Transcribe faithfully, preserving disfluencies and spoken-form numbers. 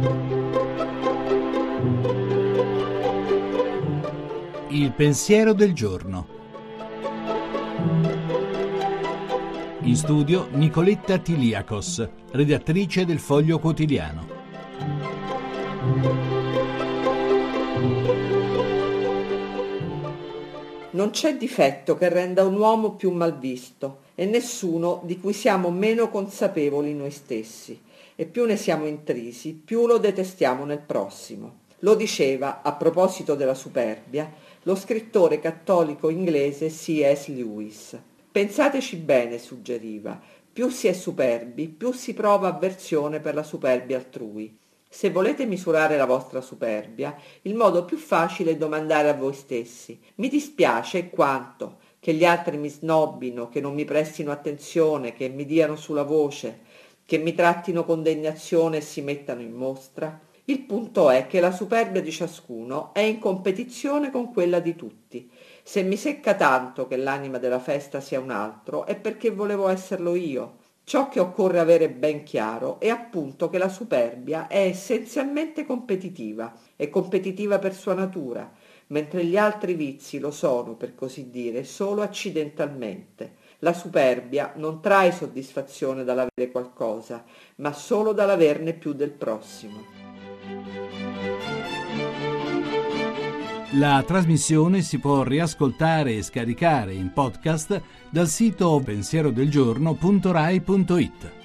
Il pensiero del giorno. In studio Nicoletta Tiliakos, redattrice del Foglio Quotidiano. Non c'è difetto che renda un uomo più malvisto e nessuno di cui siamo meno consapevoli noi stessi, e più ne siamo intrisi, più lo detestiamo nel prossimo. Lo diceva, a proposito della superbia, lo scrittore cattolico inglese C S Lewis. Pensateci bene, suggeriva, più si è superbi, più si prova avversione per la superbia altrui. Se volete misurare la vostra superbia, il modo più facile è domandare a voi stessi: mi dispiace quanto? Che gli altri mi snobbino, che non mi prestino attenzione, che mi diano sulla voce, che mi trattino con degnazione e si mettano in mostra? Il punto è che la superbia di ciascuno è in competizione con quella di tutti. Se mi secca tanto che l'anima della festa sia un altro, è perché volevo esserlo io. Ciò che occorre avere ben chiaro è appunto che la superbia è essenzialmente competitiva, è competitiva per sua natura, mentre gli altri vizi lo sono, per così dire, solo accidentalmente. La superbia non trae soddisfazione dall'avere qualcosa, ma solo dall'averne più del prossimo. La trasmissione si può riascoltare e scaricare in podcast dal sito pensierodelgiorno punto rai punto it.